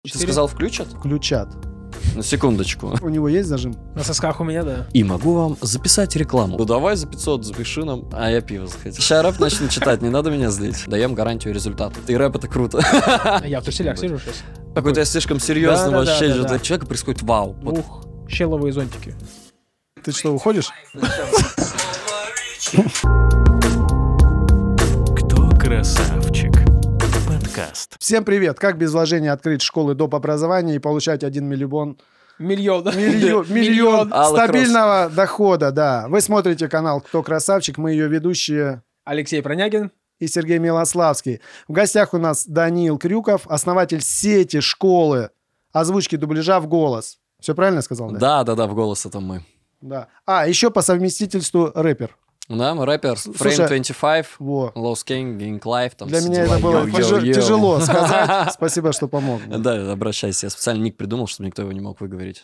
Ты сказал, включат? Включат. На секундочку. У него есть зажим? На сосках у меня, да. И могу вам записать рекламу. Ну давай за 500 запиши нам. А я пиво захотел. Сейчас рэп начну читать, не надо меня злить. Даем гарантию результата. И рэп это круто. Я в туселях сижу сейчас. Какой-то я слишком серьезный Да, вообще. да. Для человека происходит вау. Вот. Ух, щеловые зонтики. Ты что, уходишь? Кто красавчик? Подкаст. Всем привет! Как без вложения открыть школы доп. Образования и получать 1 миллион... Миллион, да? Миллион Алых стабильного дохода, да. Вы смотрите канал «Кто красавчик?», мы ее ведущие Алексей Пронягин. и Сергей Милославский. В гостях у нас Даниил Крюков, основатель сети школы озвучки дубляжа в голос. Все правильно сказал? Да, в голос это мы. Да. А, еще по совместительству рэпер. Да, мы рэпер. Слушай, Frame 25, Во. Lost King, Gang Life. Там Для все меня дела. это было Йоу-йоу-йоу. тяжело сказать. Спасибо, что помог. Да, обращайся. Я специально ник придумал, чтобы никто его не мог выговорить.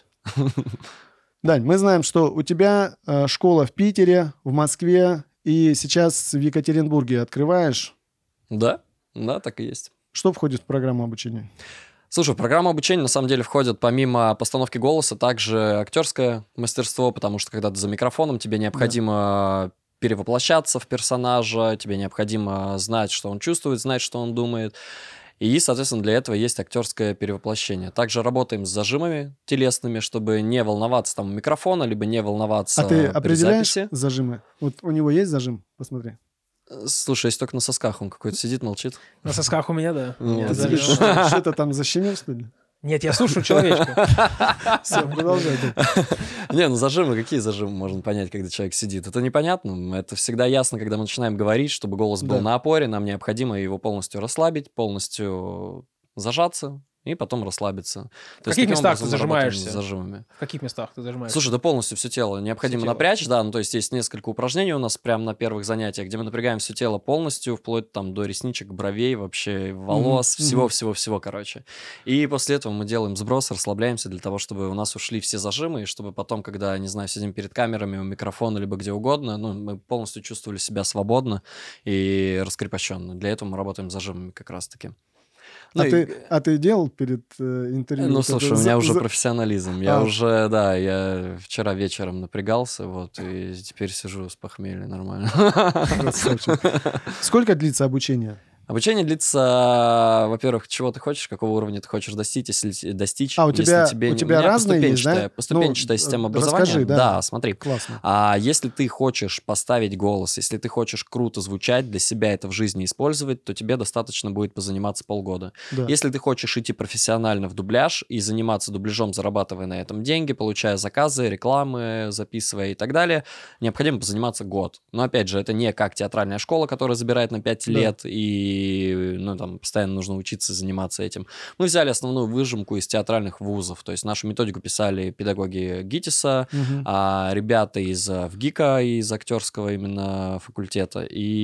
Дань, мы знаем, что у тебя школа в Питере, в Москве, и сейчас в Екатеринбурге открываешь. Да, так и есть. Что входит в программу обучения? Слушай, в программу обучения на самом деле входит помимо постановки голоса также актерское мастерство, потому что когда ты за микрофоном, тебе необходимо перевоплощаться в персонажа, тебе необходимо знать, что он чувствует, знать, что он думает. И, соответственно, для этого есть актерское перевоплощение. Также работаем с зажимами телесными, чтобы не волноваться там у микрофона, либо не волноваться А ты при определяешь записи. зажимы? Вот у него есть зажим? Посмотри. Слушай, если только на сосках он какой-то сидит, молчит. На сосках у меня, да. Ну, Я вот завел. видишь. Что-то там защемил, что ли? Нет, я слушаю человечка. Все, продолжай. Не, ну зажимы, какие зажимы можно понять, когда человек сидит? Это непонятно. Это всегда ясно, когда мы начинаем говорить, чтобы голос был Да. на опоре, нам необходимо его полностью расслабить, полностью зажаться и потом расслабиться. То В каких таким местах ты образом мы работаем зажимаешься? с зажимами. В каких местах ты зажимаешь? Слушай, да полностью все тело необходимо Всё тело. напрячь, да, ну то есть есть несколько упражнений у нас прямо на первых занятиях, где мы напрягаем все тело полностью, вплоть там до ресничек, бровей, вообще волос, всего-всего-всего, короче. И после этого мы делаем сброс, расслабляемся для того, чтобы у нас ушли все зажимы, и чтобы потом, когда, не знаю, сидим перед камерами, у микрофона, либо где угодно, ну, мы полностью чувствовали себя свободно и раскрепощенно. Для этого мы работаем с зажимами как раз-таки. Ну и- ты делал перед интервью? Ну, вот слушай, это у меня за- уже за- профессионализм. Я А. уже, да, я вчера вечером напрягался, вот, и теперь сижу с похмелья нормально. Красавчик. Сколько длится обучение? Обучение длится, во-первых, чего ты хочешь, какого уровня ты хочешь достичь, если достичь. А, у если тебя- тебе у не- тебя меня разные есть, да? поступенчатая Ну, система расскажи, образования. да. Да, смотри. Классно. А если ты хочешь поставить голос, если ты хочешь круто звучать, для себя это в жизни использовать, то тебе достаточно будет позаниматься полгода. Да. Если ты хочешь идти профессионально в дубляж и заниматься дубляжом, зарабатывая на этом деньги, получая заказы, рекламы, записывая и так далее, необходимо позаниматься год. Но опять же, это не как театральная школа, которая забирает на 5 Да. лет, и ну, там постоянно нужно учиться заниматься этим. Мы взяли основную выжимку из театральных вузов, то есть нашу методику писали педагоги ГИТИСа, Мгм. ребята из ВГИКа, из актерского именно факультета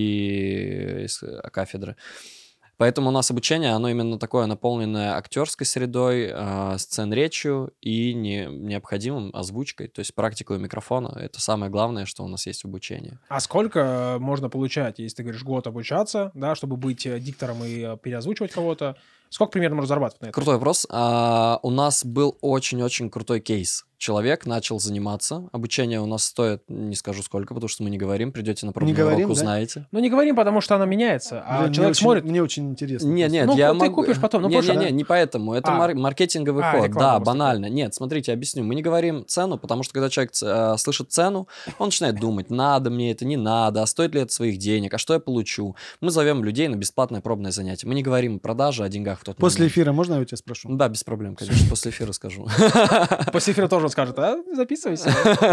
и из кафедры. Поэтому у нас обучение, оно именно такое наполненное актерской средой, сцен-речью и необходимым озвучкой, то есть практикой микрофона. Это самое главное, что у нас есть в обучении. А сколько можно получать, если ты говоришь год обучаться, да, чтобы быть диктором и переозвучивать кого-то? Сколько примерно можно зарабатывать на это? Крутой вопрос. У нас был очень-очень крутой кейс. Человек начал заниматься. Обучение у нас стоит, не скажу сколько, потому что мы не говорим. Придете на пробный говорим, урок, да? узнаете. Ну, не говорим, потому что она меняется, а Блин, человек смотрит. Мне очень интересно. Нет, Ну, я ты могу... купишь потом, ну, позже, да? Не поэтому. Это маркетинговый ход. реклама Да, просто банально. Нет, смотрите, объясню. Мы не говорим цену, потому что когда человек слышит цену, он начинает думать, надо мне это, не надо, а стоит ли это своих денег, а что я получу. Мы зовем людей на бесплатное пробное занятие. Мы не говорим о продаже, о деньгах в тот После момент. эфира можно я у тебя спрошу? Да, без проблем, конечно. После эфира скажу. После эфира тоже он скажет, записывайся.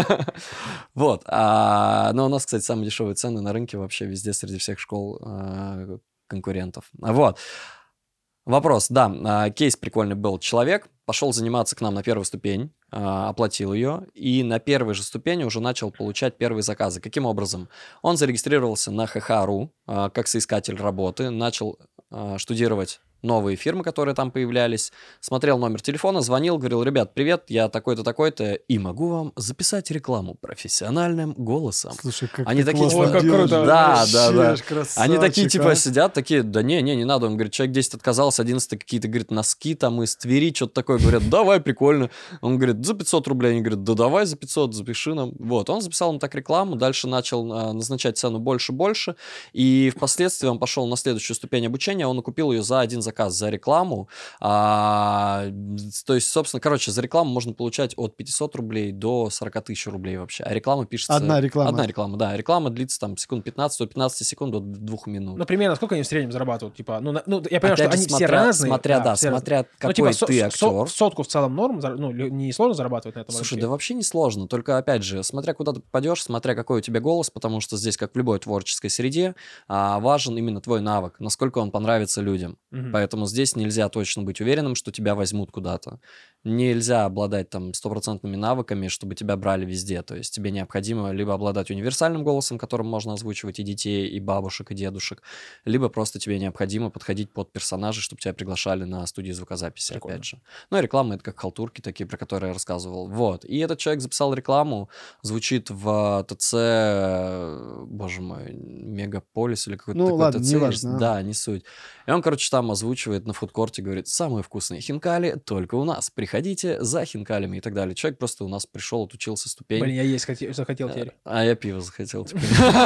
Вот. Но у нас, кстати, самые дешевые цены на рынке вообще везде среди всех школ конкурентов. Вот. Вопрос, да, кейс прикольный был. Человек пошел заниматься к нам на первую ступень, оплатил ее, и на первой же ступени уже начал получать первые заказы. Каким образом? Он зарегистрировался на ХХ.ру как соискатель работы, начал штудировать новые фирмы, которые там появлялись, смотрел номер телефона, звонил, говорил: ребят, привет, я такой-то, такой-то, и могу вам записать рекламу профессиональным голосом. Слушай, как Они ты такие, классно типа, делаешь. круто. Да, да, да. Вообще ж красавчик, Они такие, типа, а. сидят, такие: да не надо. Он говорит, человек 10 отказался, 11 какие-то, говорит, носки там из Твери, что-то такое. Говорят, давай, прикольно. Он говорит, за 500 рублей. Они говорят, да давай за 500, запиши нам. Вот, он записал им так рекламу, дальше начал назначать цену больше, и впоследствии он пошел на следующую ступень обучения, он купил ее за один заказ, за рекламу. То есть, собственно, короче, за рекламу можно получать от 500 рублей до 40 тысяч рублей вообще. А реклама пишется... Одна реклама. Одна реклама, да. Реклама длится там секунд 15, от 15 секунд до 2 минут. Ну, примерно сколько они в среднем зарабатывают? Типа, я понимаю, Опять что же, они все разные. Смотря все какой типа, ты актер. в сотку в целом норм, не сложно зарабатывать на этом Слушай, рынке? да вообще не сложно, только, опять же, смотря куда ты попадешь, смотря какой у тебя голос, потому что здесь, как в любой творческой среде, важен именно твой навык, насколько он понравится людям. Мгм. Поэтому здесь нельзя точно быть уверенным, что тебя возьмут куда-то. Нельзя обладать там стопроцентными навыками, чтобы тебя брали везде. То есть тебе необходимо либо обладать универсальным голосом, которым можно озвучивать и детей, и бабушек, и дедушек, либо просто тебе необходимо подходить под персонажей, чтобы тебя приглашали на студии звукозаписи, Прикольно. опять же. Ну, и реклама — это как халтурки такие, про которые я рассказывал. Вот. И этот человек записал рекламу, звучит в ТЦ, боже мой, Мегаполис или какой-то Ну, такой ладно, ТЦ неважно, есть. Да, не суть. И он, короче, там озвучивает на фудкорте, говорит, самые вкусные хинкали только у нас. Приходите за хинкалями и так далее. Человек просто у нас пришел, отучился ступень. Блин, я есть захотел теперь. А я пиво захотел теперь.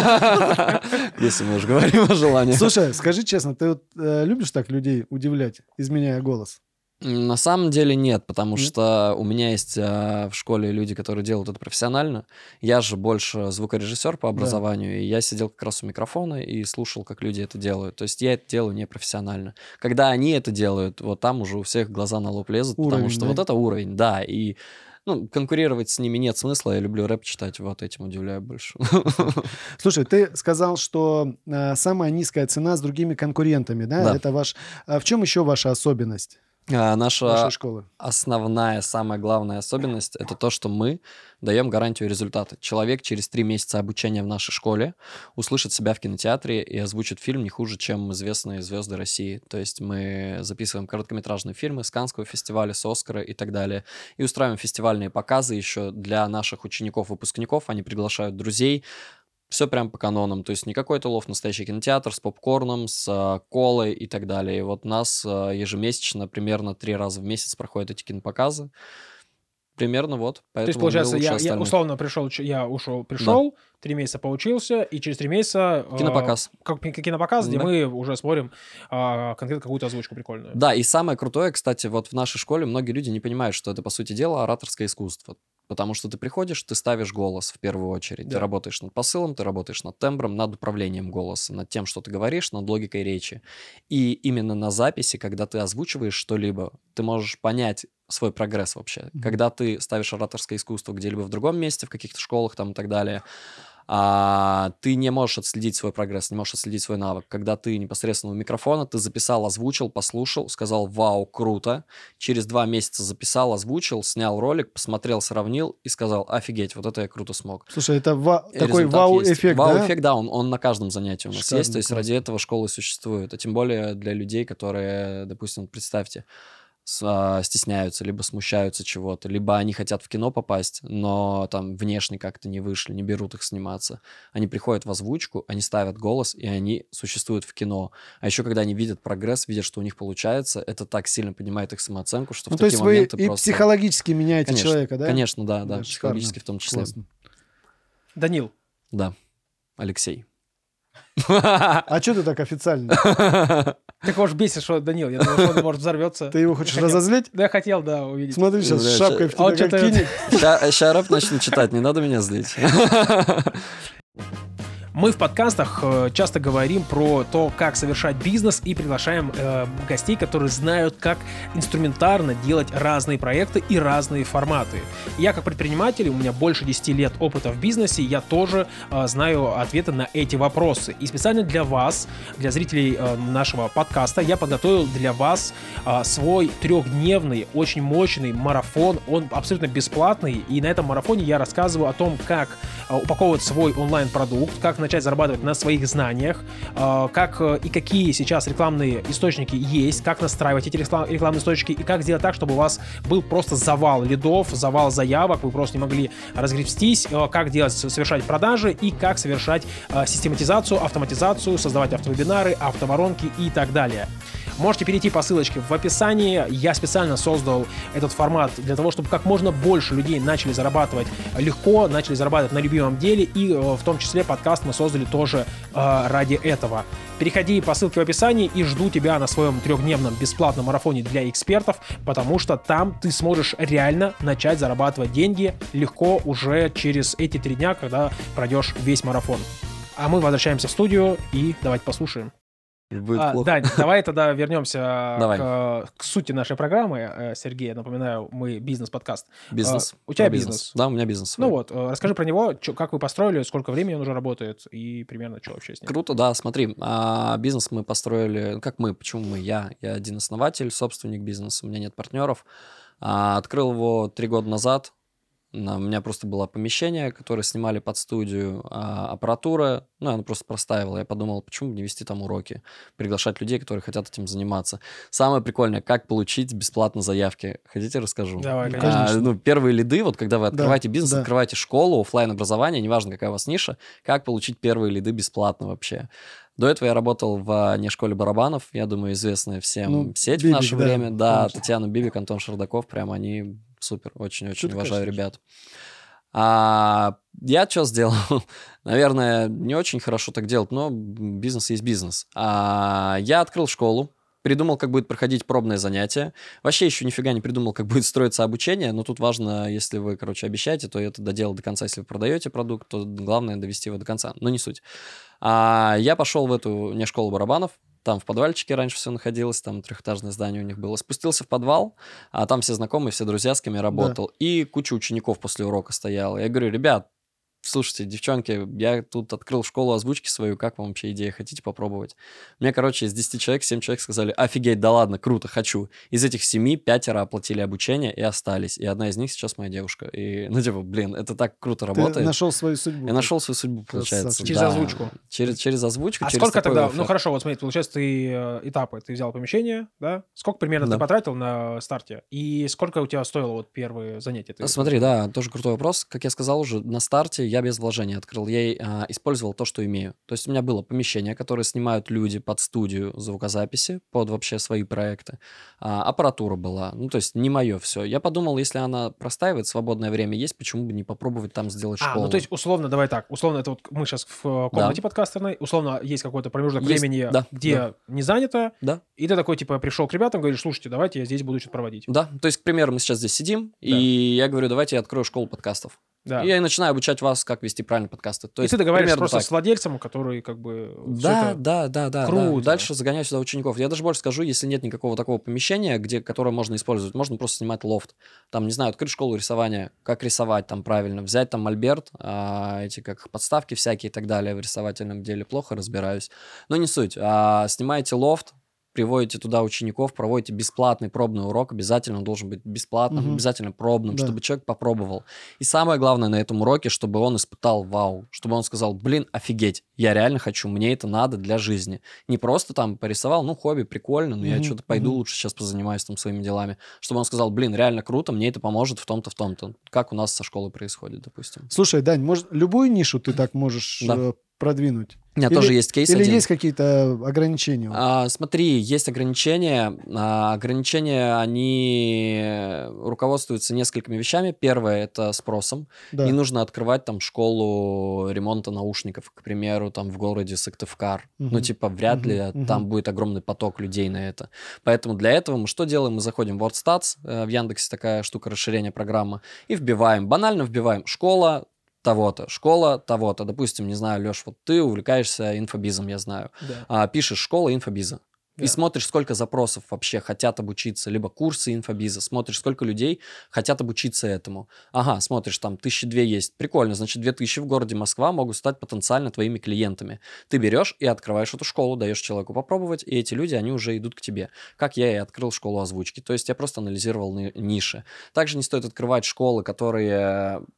Если мы уже говорим о желании. Слушай, скажи честно, ты вот любишь так людей удивлять, изменяя голос? На самом деле нет, потому что у меня есть в школе люди, которые делают это профессионально. Я же больше звукорежиссер по образованию, и я сидел как раз у микрофона и слушал, как люди это делают. То есть я это делаю непрофессионально. Когда они это делают, вот там уже у всех глаза на лоб лезут, потому Уровень, что да? вот это уровень, да, и конкурировать с ними нет смысла. Я люблю рэп читать, вот этим удивляю больше. Слушай, ты сказал, что самая низкая цена с другими конкурентами, да? Да. Это в чем еще ваша особенность Наша вашей школы? основная, самая главная особенность — это то, что мы даем гарантию результата. Человек через 3 месяца обучения в нашей школе услышит себя в кинотеатре и озвучит фильм не хуже, чем известные звезды России. То есть мы записываем короткометражные фильмы с Каннского фестиваля, с Оскара и так далее. И устраиваем фестивальные показы еще для наших учеников-выпускников. Они приглашают друзей. Все прям по канонам, то есть не какой-то лофт, настоящий кинотеатр с попкорном, с колой и так далее. И вот у нас ежемесячно примерно 3 раза в месяц проходят эти кинопоказы. Примерно вот. То есть, Поэтому мы получается, лучше я остальных. условно пришел, 3 месяца поучился, и через 3 месяца... Кинопоказ. Как кинопоказ, где Да. мы уже смотрим конкретно какую-то озвучку прикольную. Да, и самое крутое, кстати, вот в нашей школе многие люди не понимают, что это, по сути дела, ораторское искусство. Потому что ты приходишь, ты ставишь голос в первую очередь. Да. Ты работаешь над посылом, ты работаешь над тембром, над управлением голоса, над тем, что ты говоришь, над логикой речи. И именно на записи, когда ты озвучиваешь что-либо, ты можешь понять свой прогресс вообще. Когда ты ставишь ораторское искусство где-либо в другом месте, в каких-то школах там и так далее, ты не можешь отследить свой прогресс, не можешь отследить свой навык. Когда ты непосредственно у микрофона, ты записал, озвучил, послушал, сказал «Вау, круто!», через 2 месяца записал, озвучил, снял ролик, посмотрел, сравнил и сказал «Офигеть, вот это я круто смог». Слушай, это И такой результат есть. вау-эффект, да? Вау-эффект, да, он на каждом занятии у нас Шикарно, есть, то есть классно. ради этого школы существуют. А тем более для людей, которые, допустим, представьте, стесняются, либо смущаются чего-то, либо они хотят в кино попасть, но там внешне как-то не вышли, не берут их сниматься. Они приходят в озвучку, они ставят голос, и они существуют в кино. А еще, когда они видят прогресс, видят, что у них получается, это так сильно поднимает их самооценку, что Ну, в то такие есть вы моменты и просто... психологически меняете Конечно, человека, да? Конечно, да, Да, психологически шикарно. в том числе. Классно. Данил, Да, Алексей. А что ты так официально? ты кого ж бесишь, что Данил? Я думал, что он, может, взорвется. Ты его хочешь Я хотел- разозлить? Да, я хотел, да, увидеть. Смотри, сейчас Бля, с шапкой в а он тебя как что-то- кинет. Ща рэп начну читать, не надо меня злить. Мы в подкастах часто говорим про то, как совершать бизнес, и приглашаем гостей, которые знают, как инструментарно делать разные проекты и разные форматы. Я как предприниматель, у меня больше 10 лет опыта в бизнесе, я тоже знаю ответы на эти вопросы. И специально для вас, для зрителей нашего подкаста, я подготовил для вас свой 3-дневный, очень мощный марафон. Он абсолютно бесплатный, и на этом марафоне я рассказываю о том, как упаковывать свой онлайн-продукт, как начать зарабатывать на своих знаниях, как и какие сейчас рекламные источники есть, как настраивать эти рекламные источники и как сделать так, чтобы у вас был просто завал лидов, завал заявок, вы просто не могли разгребстись, как совершать продажи и как совершать систематизацию, автоматизацию, создавать автовебинары, автоворонки и так далее. Можете перейти по ссылочке в описании. Я специально создал этот формат для того, чтобы как можно больше людей начали зарабатывать легко, начали зарабатывать на любимом деле, и в том числе подкаст мы создали тоже ради этого. Переходи по ссылке в описании и жду тебя на своем 3-дневном бесплатном марафоне для экспертов, потому что там ты сможешь реально начать зарабатывать деньги легко уже через эти 3 дня, когда пройдешь весь марафон. А мы возвращаемся в студию и давайте послушаем. Будет плохо. Дань, давай тогда вернемся Давай. к сути нашей программы. Сергей, напоминаю, мы бизнес-подкаст. Бизнес. У тебя Про бизнес. Да, у меня бизнес. Ну вот, расскажи про него, как вы построили, сколько времени он уже работает и примерно что вообще с ним. Круто, да, смотри, бизнес мы построили, как мы, почему мы, я один основатель, собственник бизнеса, у меня нет партнеров, открыл его 3 года назад. У меня просто было помещение, которое снимали под студию, аппаратура, она просто простаивала. Я подумал, почему бы не вести там уроки, приглашать людей, которые хотят этим заниматься. Самое прикольное, как получить бесплатно заявки. Хотите, расскажу? Давай, конечно. Первые лиды, вот когда вы открываете бизнес, да. открываете школу, офлайн образование, неважно, какая у вас ниша, как получить первые лиды бесплатно вообще. До этого я работал в школе барабанов, я думаю, известная всем сеть Бибик, в наше да, время. Да, конечно. Татьяна Бибик, Антон Шардаков, прям они супер, очень-очень Что ты уважаю скажешь? ребят. Я что сделал? Наверное, не очень хорошо так делать, но бизнес есть бизнес. Я открыл школу, придумал, как будет проходить пробное занятие. Вообще еще нифига не придумал, как будет строиться обучение, но тут важно, если вы, обещаете, то это доделать до конца. Если вы продаете продукт, то главное довести его до конца, но не суть. Я пошел в эту школу барабанов, там в подвальчике раньше все находилось, там 3-этажное здание у них было. Спустился в подвал, а там все знакомые, все друзья, с кем я работал. И куча учеников после урока стояла. Я говорю, ребят, слушайте, девчонки, я тут открыл школу озвучки свою, как вам вообще идея, хотите попробовать? Мне, из 10 человек, 7 человек сказали, офигеть, да ладно, круто, хочу. Из этих 7 5 оплатили обучение и остались. И одна из них сейчас моя девушка. И, это так круто работает. Ты нашел свою судьбу. Я нашел свою судьбу, получается. Красавчик. Через озвучку. Через озвучку, А через сколько такой тогда, оффер. хорошо, вот смотри, получается, ты этапы, ты взял помещение, да? Сколько примерно ты потратил на старте? И сколько у тебя стоило первые занятия? Смотри, да, тоже крутой вопрос. Как я сказал уже, на старте я без вложения открыл. Я использовал то, что имею. То есть у меня было помещение, которое снимают люди под студию звукозаписи, под вообще свои проекты. Аппаратура была. То есть не мое все. Я подумал, если она простаивает, свободное время есть, почему бы не попробовать там сделать школу. То есть условно, давай так, условно, это вот мы сейчас в комнате подкастерной, условно есть какой-то промежуток времени, где не занято, и ты такой, пришел к ребятам, говоришь, слушайте, давайте я здесь буду что-то проводить. Да, то есть, к примеру, мы сейчас здесь сидим, и я говорю, давайте я открою школу подкастов. Да. И я начинаю обучать вас, как вести правильно подкасты. То и есть, ты договариваешься просто так. с владельцем, который Да. Круто. Дальше загоняю сюда учеников. Я даже больше скажу, если нет никакого такого помещения, которое можно использовать, можно просто снимать лофт. Там, не знаю, открыть школу рисования, как рисовать там правильно, взять там мольберт, эти как подставки всякие и так далее в рисовательном деле. Плохо разбираюсь. Но не суть. Снимаете лофт, приводите туда учеников, проводите бесплатный пробный урок, обязательно он должен быть бесплатным, обязательно пробным, чтобы человек попробовал. И самое главное на этом уроке, чтобы он испытал вау, чтобы он сказал, офигеть, я реально хочу, мне это надо для жизни. Не просто там порисовал, хобби, прикольно, но я что-то пойду лучше сейчас позанимаюсь там своими делами. Чтобы он сказал, реально круто, мне это поможет в том-то, в том-то. Как у нас со школой происходит, допустим. Слушай, Дань, может, любую нишу ты так можешь продвинуть? У меня тоже есть кейс Или один. есть какие-то ограничения? Смотри, есть ограничения. Ограничения, они руководствуются несколькими вещами. Первое – это спросом. Да. Не нужно открывать там школу ремонта наушников, к примеру, там в городе Сыктывкар. Вряд ли там будет огромный поток людей на это. Поэтому для этого мы что делаем? Мы заходим в WordStats, в Яндексе такая штука, расширение программы, и банально вбиваем школа того-то. Допустим, не знаю, Леш, вот ты увлекаешься инфобизом, я знаю. Да. Пишешь школа инфобиза. Да. И смотришь, сколько запросов вообще хотят обучиться, либо курсы инфобиза, смотришь, сколько людей хотят обучиться этому. Ага, смотришь, там 1002 есть, прикольно, значит, 2000 в городе Москва могут стать потенциально твоими клиентами. Ты берешь и открываешь эту школу, даешь человеку попробовать, и эти люди, они уже идут к тебе. Как я и открыл школу озвучки. То есть я просто анализировал ниши. Также не стоит открывать школы, которые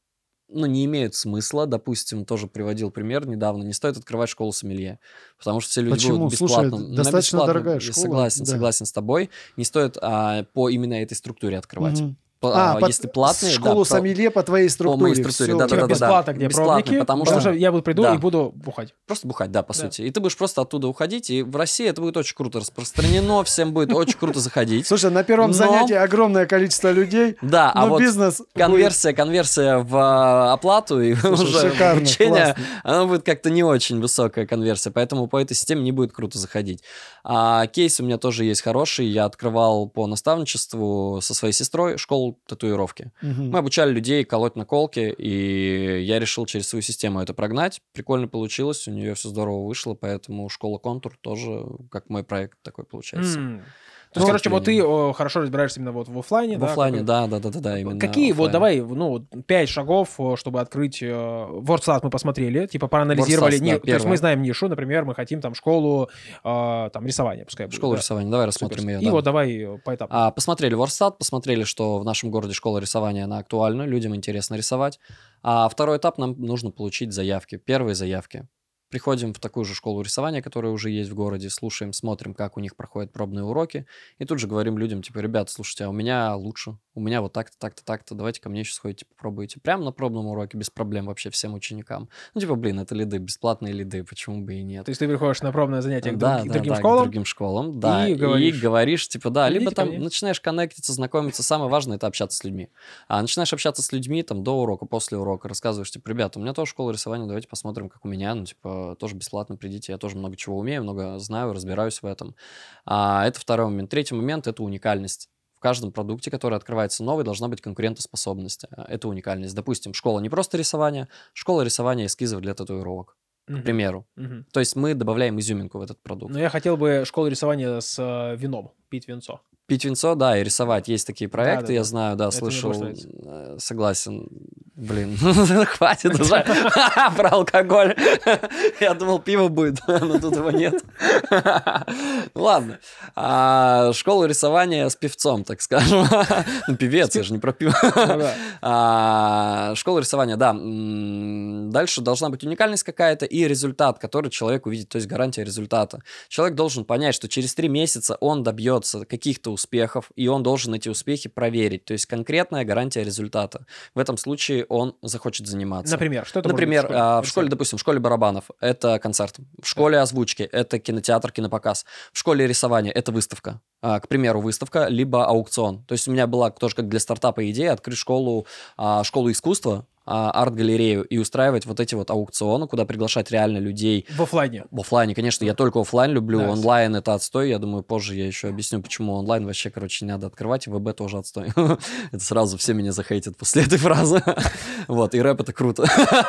не имеют смысла. Допустим, тоже приводил пример недавно. Не стоит открывать школу сомелье, потому что все люди Почему? будут Слушай, бесплатно. достаточно дорогая Я школа. согласен, Да. согласен с тобой. Не стоит по именно этой структуре открывать. Мгм. Если платные, школу сомелье по твоей структуре. моей структуре, Всё. да, Типа да, бесплатно, где бесплатно, пробники, потому потому что- что я приду Да. и буду бухать. Просто бухать, да, по Да. сути. И ты будешь просто оттуда уходить, и в России это будет очень круто распространено, всем будет очень круто заходить. Слушай, на первом Но- занятии огромное количество людей, Да, а но вот бизнес... конверсия в оплату и Слушай, уже шикарно, вручение, классно. она будет как-то не очень высокая конверсия, поэтому по этой системе не будет круто заходить. Кейс у меня тоже есть хороший, я открывал по наставничеству со своей сестрой школу татуировки. Мгм. Мы обучали людей колоть наколки, и я решил через свою систему это прогнать. Прикольно получилось, у нее все здорово вышло, поэтому школа Контур тоже как мой проект такой получается. То есть, Ну, короче, вот ты хорошо разбираешься именно вот в оффлайне, В да? оффлайне, как- да, именно Какие, вот оффлайн. давай, 5 шагов, чтобы открыть... WordStat мы посмотрели, типа проанализировали. WordStat, да, То есть первое. мы знаем нишу, например, мы хотим там школу там рисования, пускай будет. Школа да. рисования, давай Супер. рассмотрим ее. И вот давай поэтапно. Посмотрели Ворстат, посмотрели, что в нашем городе школа рисования, она актуальна, людям интересно рисовать. А второй этап нам нужно получить заявки, первые заявки. Приходим в такую же школу рисования, которая уже есть в городе, слушаем, смотрим, как у них проходят пробные уроки, и тут же говорим людям, типа, ребят, слушайте, а у меня лучше, у меня вот так-то, так-то, так-то, давайте ко мне еще сходите, попробуйте. Прямо на пробном уроке, без проблем вообще всем ученикам. Это лиды, бесплатные лиды, почему бы и нет. То есть ты приходишь на пробное занятие к Да, другим к школам, другим школам, да, и говоришь, типа, да, «Идите либо ко там мне». начинаешь коннектиться, знакомиться, самое важное — это общаться с людьми. Начинаешь общаться с людьми там до урока, после урока, рассказываешь, типа, ребята, у меня тоже школа рисования, давайте посмотрим, как у меня, тоже бесплатно придите, я тоже много чего умею, много знаю, разбираюсь в этом. Это второй момент. Третий момент — это уникальность. В каждом продукте, который открывается новый, должна быть конкурентоспособность. Это уникальность. Допустим, школа не просто рисования, школа рисования эскизов для татуировок, к примеру. То есть мы добавляем изюминку в этот продукт. Но я хотел бы школу рисования с вином, пить винцо. Пить винцо, да, и рисовать. Есть такие проекты, я знаю, да, Это мне слышал. больше нравится. Согласен. Блин, хватит уже про алкоголь. Я думал, пиво будет, но тут его нет. Ладно. Школа рисования с певцом, так скажем. Певец, я же не про пиво. Школа рисования, да. Дальше должна быть уникальность какая-то и результат, который человек увидит, то есть гарантия результата. Человек должен понять, что через 3 месяца он добьется каких-то успехов, и он должен эти успехи проверить. То есть конкретная гарантия результата. В этом случае он захочет заниматься. Например, что это Например, может быть? в школе, допустим, в школе барабанов это концерт, в школе озвучки это кинотеатр, кинопоказ, в школе рисования это выставка. К примеру, выставка, либо аукцион. То есть у меня была тоже как для стартапа идея открыть школу искусства, арт-галерею и устраивать вот эти вот аукционы, куда приглашать реально людей. В оффлайне. В оффлайне, конечно, я только оффлайн люблю, Да. онлайн это отстой, я думаю, позже я еще объясню, почему онлайн вообще, не надо открывать, и ВБ тоже отстой. Это сразу все меня захейтят после этой фразы. Вот, и рэп это круто.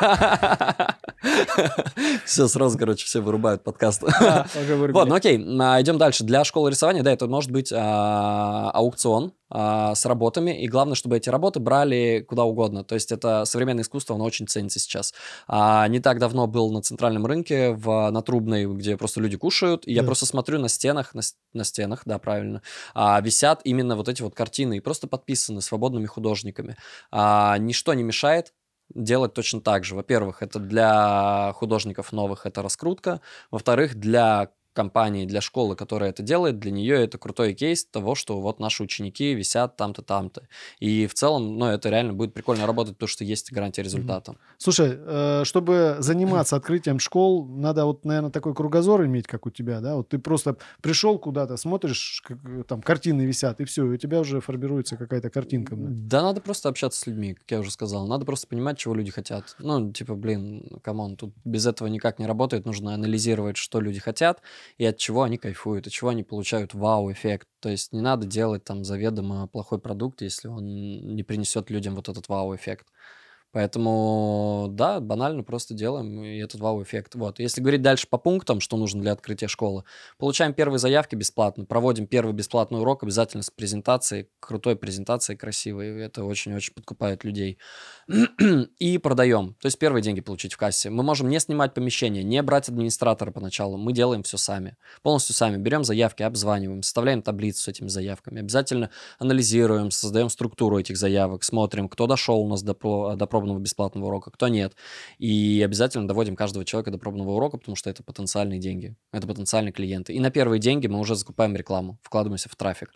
Все, сразу, все вырубают подкаст. Уже вырубили. Вот, ну окей, идем дальше. Для школы рисования, да, это может быть аукцион с работами, и главное, чтобы эти работы брали куда угодно. То есть это современное искусство, оно очень ценится сейчас. Не так давно был на центральном рынке, на Трубной, где просто люди кушают, и я просто смотрю на стенах, да, правильно, висят именно вот эти вот картины, и просто подписаны свободными художниками. Ничто не мешает делать точно так же. Во-первых, это для художников новых это раскрутка. Во-вторых, для компании, для школы, которая это делает, для нее это крутой кейс того, что вот наши ученики висят там-то, там-то. И в целом, это реально будет прикольно работать, потому что есть гарантия результата. Слушай, чтобы заниматься открытием школ, надо наверное, такой кругозор иметь, как у тебя, да? Вот ты просто пришел куда-то, смотришь, там картины висят, и все, и у тебя уже формируется какая-то картинка. Да, надо просто общаться с людьми, как я уже сказал. Надо просто понимать, чего люди хотят. Камон, тут без этого никак не работает. Нужно анализировать, что люди хотят, и от чего они кайфуют, от чего они получают вау-эффект. То есть не надо делать там заведомо плохой продукт, если он не принесет людям вот этот вау-эффект. Поэтому, да, банально просто делаем и этот вау-эффект. Вот. Если говорить дальше по пунктам, что нужно для открытия школы, получаем первые заявки бесплатно, проводим первый бесплатный урок, обязательно с презентацией, крутой презентацией, красивой. Это очень-очень подкупает людей. И продаем. То есть первые деньги получить в кассе. Мы можем не снимать помещение, не брать администратора поначалу. Мы делаем все сами. Полностью сами. Берем заявки, обзваниваем, составляем таблицу с этими заявками. Обязательно анализируем, создаем структуру этих заявок, смотрим, кто дошел у нас до пробного пробного бесплатного урока, кто нет. И обязательно доводим каждого человека до пробного урока, потому что это потенциальные деньги, это потенциальные клиенты. И на первые деньги мы уже закупаем рекламу, вкладываемся в трафик.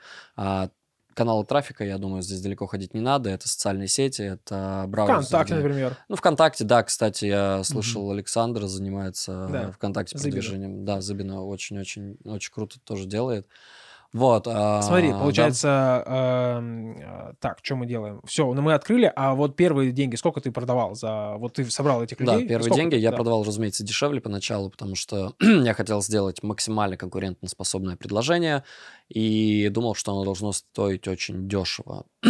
Каналы трафика, я думаю, здесь далеко ходить не надо. Это социальные сети, это браузеры. ВКонтакте, например. Ну, ВКонтакте, да, кстати, я слышал, Александр занимается Да, ВКонтакте Зыбина. продвижением. Да, Зыбина очень-очень круто тоже делает. Вот. Смотри, да. получается, так, что мы делаем? Все, мы открыли, а вот первые деньги, сколько ты продавал за... Вот ты собрал этих людей? Да, первые сколько деньги ты- я да. продавал, разумеется, дешевле поначалу, потому что я хотел сделать максимально конкурентоспособное предложение и думал, что оно должно стоить очень дешево. У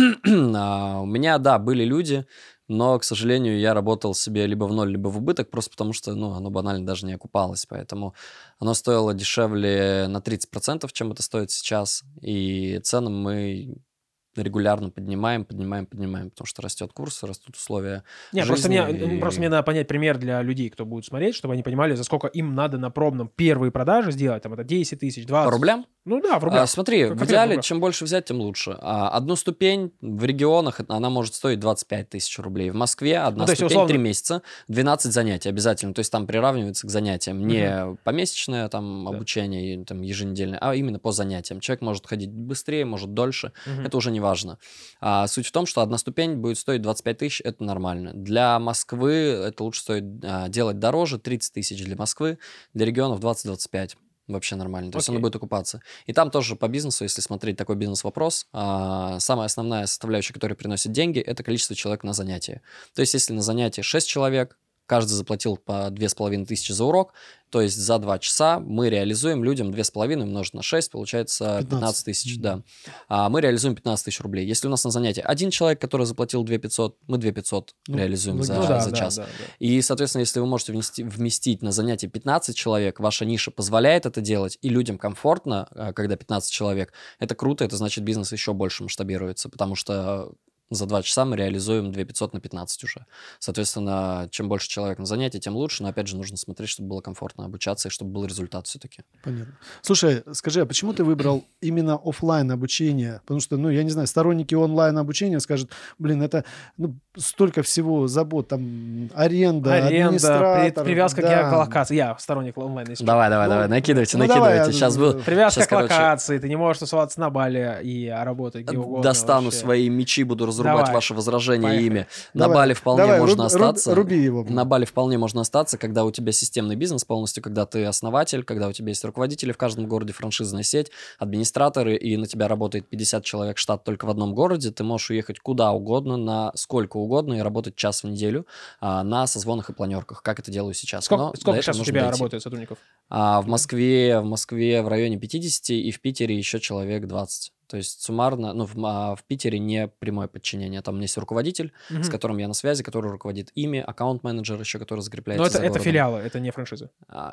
меня, да, были люди, но, к сожалению, я работал себе либо в ноль, либо в убыток, просто потому что, ну, оно банально даже не окупалось, поэтому оно стоило дешевле на 30%, чем это стоит сейчас, и цены мы регулярно поднимаем, потому что растет курс, растут условия Не, жизни. просто мне надо понять пример для людей, кто будет смотреть, чтобы они понимали, за сколько им надо на пробном первые продажи сделать, там это 10 тысяч, 20. По рублям? Ну да, в рублях. Смотри, в Конкретно в идеале, рублях. чем больше взять, тем лучше. Одну ступень в регионах, она может стоить 25 тысяч рублей. В Москве одна то есть, ступень, условно- 3 месяца, 12 занятий обязательно. То есть там приравнивается к занятиям. Не помесячное там обучение, там, еженедельное, а именно по занятиям. Человек может ходить быстрее, может дольше. Мгм. Это уже не важно. Суть в том, что одна ступень будет стоить 25 тысяч, это нормально. Для Москвы это лучше стоит делать дороже, 30 тысяч для Москвы, для регионов 20-25. Вообще нормально. То есть оно Окей. будет окупаться. И там тоже по бизнесу, если смотреть такой бизнес-вопрос, самая основная составляющая, которая приносит деньги, это количество человек на занятии. То есть если на занятии 6 человек, каждый заплатил по 2500 за урок, то есть за 2 часа мы реализуем людям 2,5 умножить на 6, получается 15 тысяч. Да. Мы реализуем 15 тысяч рублей. Если у нас на занятии один человек, который заплатил 2500, мы 2500 реализуем за час. Да. И, соответственно, если вы можете вместить на занятие 15 человек, ваша ниша позволяет это делать, и людям комфортно, когда 15 человек, это круто, это значит, бизнес еще больше масштабируется, потому что за 2 часа мы реализуем 2500 на 15 уже. Соответственно, чем больше человек на занятии, тем лучше, но, опять же, нужно смотреть, чтобы было комфортно обучаться и чтобы был результат все-таки. Понятно. Слушай, скажи, а почему ты выбрал именно офлайн обучение? Потому что, ну, я не знаю, сторонники онлайн обучения скажут, блин, это столько всего забот, там, аренда, администратор. Привязка к да. геолокации. Я сторонник онлайн. если Давай, давай, накидывайте. Сейчас был. Привязка Сейчас, к локации, ты не можешь тусоваться на Бали и работать где угодно. достану вообще. свои мечи, буду разрубать Давай. ваше возражение Поехали. ими. На Давай, Бали вполне давай, можно остаться. Руби его. На Бали вполне можно остаться, когда у тебя системный бизнес полностью, когда ты основатель, когда у тебя есть руководители в каждом городе, франшизная сеть, администраторы, и на тебя работает 50 человек штат только в одном городе, ты можешь уехать куда угодно, на сколько угодно, и работать час в неделю на созвонах и планерках, как это делаю сейчас. Но до Сколько этого сейчас у нужно тебя дойти. работает сотрудников? В Москве в районе 50, и в Питере еще человек 20. То есть суммарно, в Питере не прямое подчинение. Там есть руководитель, с которым я на связи, который руководит ими, аккаунт-менеджер еще, который закрепляется Но за это городом. филиалы, это не франшизы.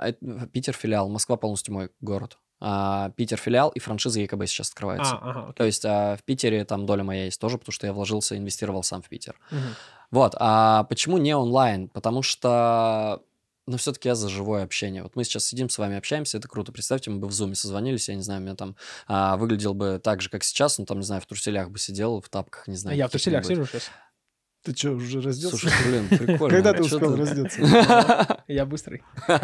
Питер филиал, Москва полностью мой город. Питер филиал и франшиза ЕКБ сейчас открывается. Ага, То окей. есть в Питере там доля моя есть тоже, потому что я вложился, инвестировал сам в Питер. Мгм. Вот, а почему не онлайн? Потому что, все-таки я за живое общение. Вот мы сейчас сидим с вами, общаемся, это круто. Представьте, мы бы в зуме созвонились, я не знаю, у меня там выглядел бы так же, как сейчас, там, не знаю, в труселях бы сидел, в тапках, не знаю. Я в труселях каких-нибудь. сижу сейчас. Ты что, уже разделся? Слушай, блин, прикольно. Когда ты Чё успел раздеться? Я быстрый.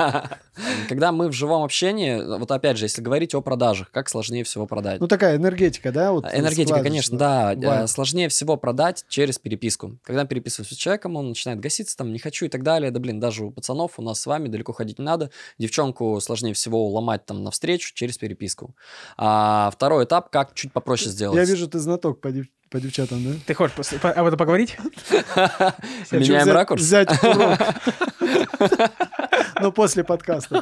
Когда мы в живом общении, вот опять же, если говорить о продажах, как сложнее всего продать? Ну, такая энергетика, да? Вот Энергетика, конечно, да. Вайб. Сложнее всего продать через переписку. Когда переписываешься с человеком, он начинает гаситься, там, не хочу и так далее. Да, блин, даже у пацанов, у нас с вами далеко ходить не надо. Девчонку сложнее всего уломать там навстречу через переписку. Второй этап, как чуть попроще сделать. Я вижу, ты знаток по девчатам, да? Ты хочешь об этом поговорить? Меняем ракурс? Взять урок. Но после подкаста.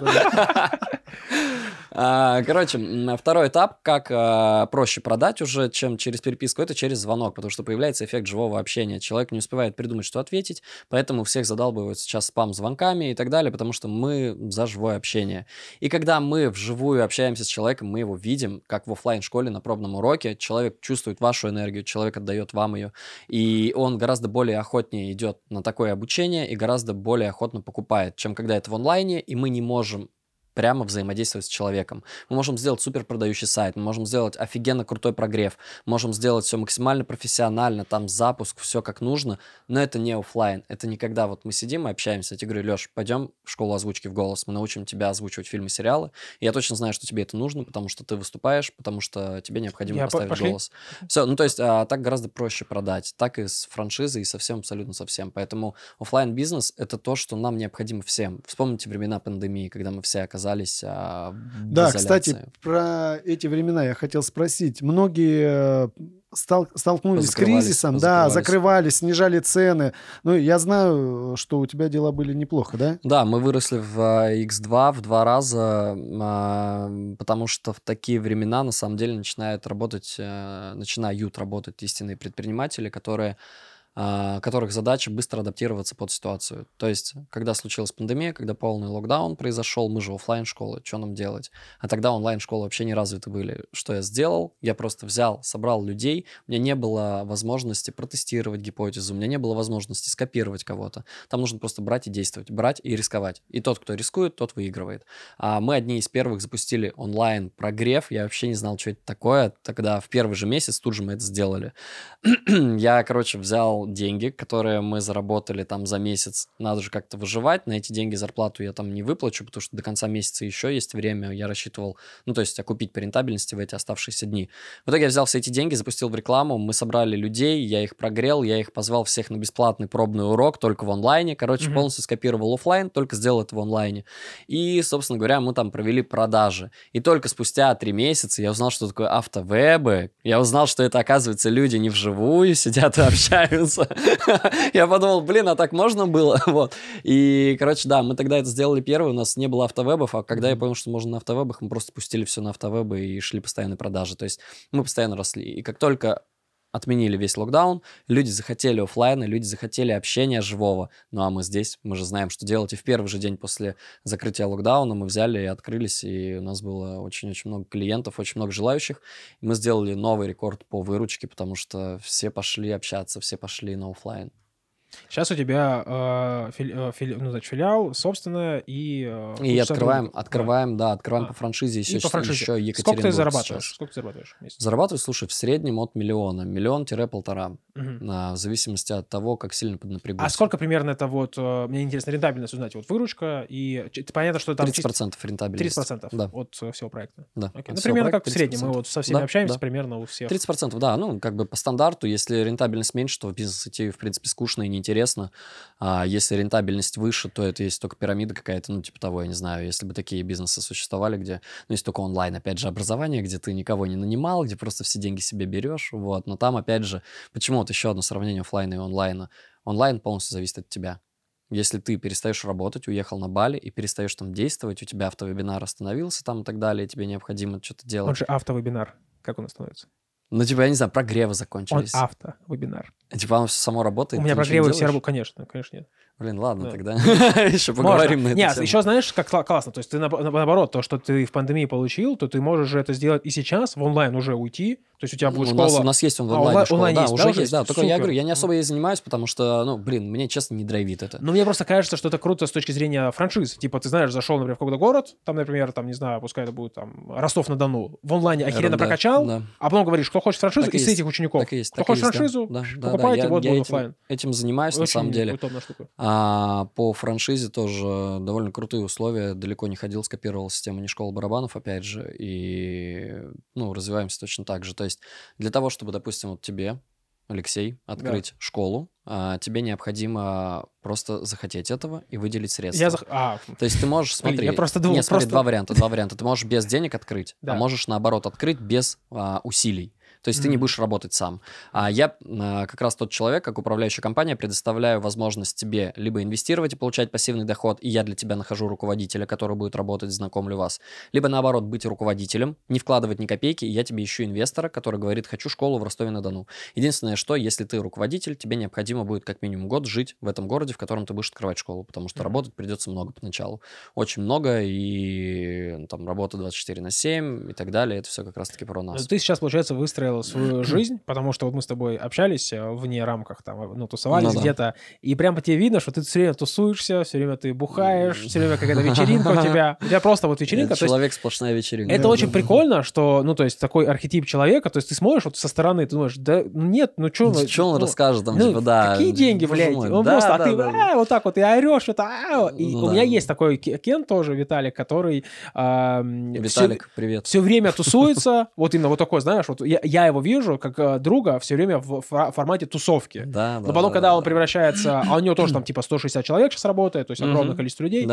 Короче, второй этап, как проще продать уже, чем через переписку, это через звонок, потому что появляется эффект живого общения. Человек не успевает придумать, что ответить, поэтому всех задалбывают сейчас спам-звонками и так далее, потому что мы за живое общение. И когда мы вживую общаемся с человеком, мы его видим, как в офлайн-школе на пробном уроке, человек чувствует вашу энергию, человек отдает вам ее, и он гораздо более охотнее идет на такое обучение и гораздо более охотно покупает, чем когда это в онлайне, и мы не можем прямо взаимодействовать с человеком. Мы можем сделать супер продающий сайт, мы можем сделать офигенно крутой прогрев, можем сделать все максимально профессионально, там запуск, все как нужно, но это не оффлайн. Это не когда вот мы сидим и общаемся. Я тебе говорю: Леш, пойдем в школу озвучки в голос, мы научим тебя озвучивать фильмы, сериалы. И я точно знаю, что тебе это нужно, потому что ты выступаешь, потому что тебе необходимо поставить пошли. голос. Все, ну то есть так гораздо проще продать. Так и с франшизой, и со всем, абсолютно со всем. Поэтому оффлайн бизнес — это то, что нам необходимо всем. Вспомните времена пандемии, когда мы все оказались в Да, кстати, изоляции. про эти времена я хотел спросить. Многие столкнулись с Позакрывались, кризисом, да, позакрывались. закрывались, снижали цены. Ну, я знаю, что у тебя дела были неплохо, да? Да, мы выросли в X2 в 2 раза, потому что в такие времена на самом деле начинают работать истинные предприниматели, которых задача быстро адаптироваться под ситуацию. То есть, когда случилась пандемия, когда полный локдаун произошел, мы же оффлайн школы, что нам делать? А тогда онлайн-школы вообще не развиты были. Что я сделал? Я просто собрал людей, у меня не было возможности протестировать гипотезу, у меня не было возможности скопировать кого-то. Там нужно просто брать и действовать, брать и рисковать. И тот, кто рискует, тот выигрывает. А мы одни из первых запустили онлайн-прогрев, я вообще не знал, что это такое. Тогда в первый же месяц тут же мы это сделали. Я, взял деньги, которые мы заработали там за месяц. Надо же как-то выживать. На эти деньги зарплату я там не выплачу, потому что до конца месяца еще есть время. Я рассчитывал, окупить по рентабельности в эти оставшиеся дни. В итоге я взял все эти деньги, запустил в рекламу. Мы собрали людей, я их прогрел, я их позвал всех на бесплатный пробный урок, только в онлайне. Полностью скопировал офлайн, только сделал это в онлайне. И, собственно говоря, мы там провели продажи. И только спустя 3 месяца я узнал, что такое автовебы. Я узнал, что это, оказывается, люди не вживую сидят и общаются. Я подумал, а так можно было? Вот. И, да, мы тогда это сделали первый, у нас не было автовебов, а когда я понял, что можно на автовебах, мы просто пустили все на автовебы и шли постоянные продажи. То есть мы постоянно росли. И как только отменили весь локдаун, люди захотели офлайна, люди захотели общения живого. Ну а мы здесь, мы же знаем, что делать. И в первый же день после закрытия локдауна мы взяли и открылись, и у нас было очень-очень много клиентов, очень много желающих. И мы сделали новый рекорд по выручке, потому что все пошли общаться, все пошли на офлайн. Сейчас у тебя филиал, собственно, и открываем по франшизе еще Екатеринбург. Сколько ты зарабатываешь? В месяц? Зарабатываю, слушай, в среднем от 1 миллиона. 1-1,5 миллиона. В зависимости от того, как сильно поднапрягусь. А сколько примерно это мне интересно, рентабельность узнать, выручка, и понятно, что там 30% рентабельность. 30% да. от всего проекта. Да. Ну, примерно как в среднем. Мы со всеми общаемся, примерно у всех. 30%, да. По стандарту, если рентабельность меньше, то бизнес идти, в принципе, скучно и неинтересно. А если рентабельность выше, то это есть только пирамида какая-то, того, я не знаю, если бы такие бизнесы существовали, где, есть только онлайн, опять же, образование, где ты никого не нанимал, где просто все деньги себе берешь, вот, но там, опять же, почему вот еще одно сравнение офлайна и онлайна. Онлайн полностью зависит от тебя. Если ты перестаешь работать, уехал на Бали и перестаешь там действовать, у тебя автовебинар остановился там и так далее, и тебе необходимо что-то делать. Он же автовебинар. Как он становится? Я не знаю, прогревы закончились. Он автовебинар. Оно все само работает? У меня прогревы все работают. Конечно нет. Ладно, тогда еще поговорим на эту тему. Нет, еще знаешь, как классно. То есть ты наоборот, то, что ты в пандемии получил, то ты можешь же это сделать и сейчас, в онлайн уже уйти. То есть у тебя будет школа... У нас есть онлайн школа, да, уже есть. Да, только супер. я говорю, я не особо ей занимаюсь, потому что, мне, честно, не драйвит это. Но мне просто кажется, что это круто с точки зрения франшиз. Типа, ты знаешь, зашел, например, в какой-то город, там, например, не знаю, пускай это будет Ростов-на-Дону, в онлайне охеренно прокачал, а потом говоришь, кто хочет франшизу, и с этих учеников. Кто хочет франшизу, покупайте, вот будет офлайн. Этим занимаюсь, на самом деле. Удобная штука. По франшизе тоже довольно крутые условия. Далеко не ходил, скопировал систему не школы барабанов, опять же, и развиваемся точно так же. То есть для того, чтобы, допустим, вот тебе, Алексей, открыть школу, тебе необходимо просто захотеть этого и выделить средства. То есть ты можешь, смотри, я просто думал, два варианта. Ты можешь без денег открыть, а можешь, наоборот, открыть без усилий. То есть ты не будешь работать сам. А я как раз тот человек, как управляющая компания, предоставляю возможность тебе либо инвестировать и получать пассивный доход, и я для тебя нахожу руководителя, который будет работать, знакомлю вас. Либо наоборот, быть руководителем, не вкладывать ни копейки, и я тебе ищу инвестора, который говорит, хочу школу в Ростове-на-Дону. Единственное, что если ты руководитель, тебе необходимо будет как минимум год жить в этом городе, в котором ты будешь открывать школу, потому что работать придется много поначалу. Очень много, и там работа 24/7 и так далее. Это все как раз-таки про нас. Ты сейчас, получается, выстроил выстроил свою жизнь, потому что вот мы с тобой общались вне рамках, там, ну, тусовались Ну да. где-то, и прям по тебе видно, что ты все время тусуешься, все время ты бухаешь, все время какая-то вечеринка у тебя. У тебя просто вот вечеринка. То есть Человек сплошная вечеринка. это очень прикольно, что, ну, то есть такой архетип человека, то есть ты смотришь вот со стороны, ты думаешь, да нет, ну что... Что он расскажет там, ну, типа, да. какие деньги, боже блядь? мой, Он да, просто, да, а ты да. вот так вот и орешь, это... И Ну у меня да. есть такой Кен тоже, Виталик, который... Виталик, привет. Все время тусуется, вот именно вот такой, знаешь, вот я его вижу как друга все время в формате тусовки. Да, Но да, потом, да, когда да, он да. превращается, а у него тоже там типа 160 человек сейчас работает, то есть огромное Мгм. количество людей,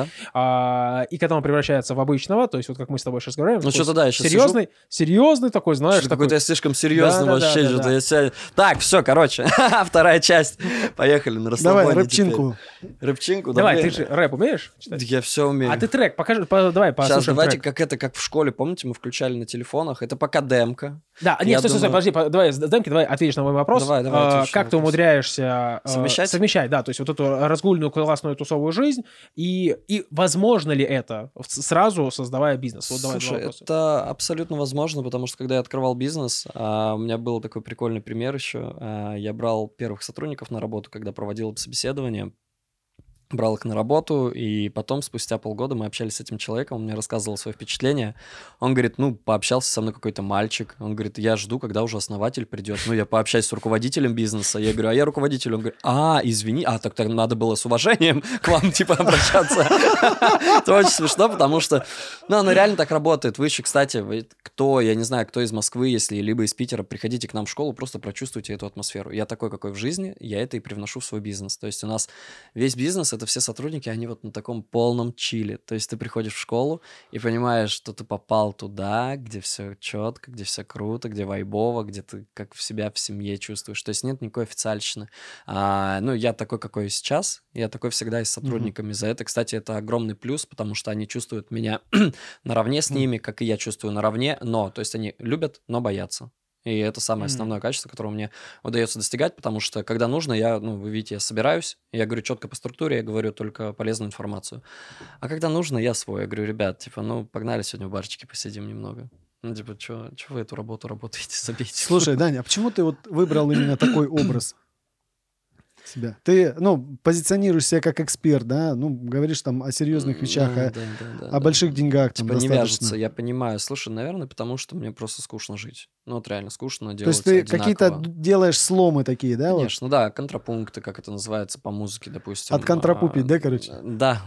Да. и когда он превращается в обычного, то есть вот как мы с тобой сейчас говорим, Ну, такой что-то да, я щас серьезный такой, знаешь, Что-то такой... какой-то я слишком серьезный Да-да-да, вообще. да-да. Что-то я себя... Так, все, короче, вторая часть. Поехали на Давай, расслабоне рэпчинку. теперь. Рэпчинку? Давай, блин. ты же рэп умеешь читать? Я все умею. А ты трек, покажи, давай Сейчас послушаем давайте трек. как в школе, помните, мы включали на телефонах. Это пока демка. Да, Я нет, стой, думаю- подожди, давай, Демки, давай ответишь на мой вопрос. Давай, отвечу Как на ты вопрос. умудряешься Совмещать? да, то есть вот эту разгульную классную тусовую жизнь, и возможно ли это сразу создавая бизнес? Вот давай два Слушай, вопроса. это абсолютно возможно, потому что когда я открывал бизнес, у меня был такой прикольный пример еще. Я брал первых сотрудников на работу, когда проводил собеседование. Брал их на работу, и потом, спустя полгода, мы общались с этим человеком, он мне рассказывал свои впечатления. Он говорит, ну, пообщался со мной какой-то мальчик. Он говорит, я жду, когда уже основатель придет. Ну, я пообщаюсь с руководителем бизнеса. Я говорю, а я руководитель. Он говорит, извини, так надо было с уважением к вам, типа, обращаться. Это очень смешно, потому что, ну, оно реально так работает. Вы еще, кстати, я не знаю, кто из Москвы, если либо из Питера, приходите к нам в школу, просто прочувствуйте эту атмосферу. Я такой, какой в жизни, я это и привношу в свой бизнес. То есть у нас весь бизнес — это все сотрудники, они вот на таком полном чиле. То есть ты приходишь в школу и понимаешь, что ты попал туда, где все четко, где все круто, где вайбово, где ты как в себя в семье чувствуешь. То есть нет никакой официальщины. Ну, я такой, какой сейчас. Я такой всегда и с сотрудниками. За это, кстати, это огромный плюс, потому что они чувствуют меня наравне с ними, как и я чувствую наравне. То есть они любят, но боятся. И это самое основное качество, которое мне удается достигать, потому что, когда нужно, вы видите, я собираюсь, я говорю четко по структуре, я говорю только полезную информацию. А когда нужно, я свой. Я говорю, ребят, погнали сегодня в барчике посидим немного. Что вы эту работу работаете, забейте. Слушай, Даня, а почему ты вот выбрал именно такой образ себя? Ты, позиционируешь себя как эксперт, да? Говоришь там о серьезных вещах, о больших деньгах там Типа не достаточно. вяжется, я понимаю. Слушай, наверное, потому что мне просто скучно жить. Вот реально скучно То делать есть ты одинаково. какие-то делаешь сломы такие, да? Вот? Конечно, да, контрапункты, как это называется по музыке, допустим. Отконтрапупить, да, короче? Да.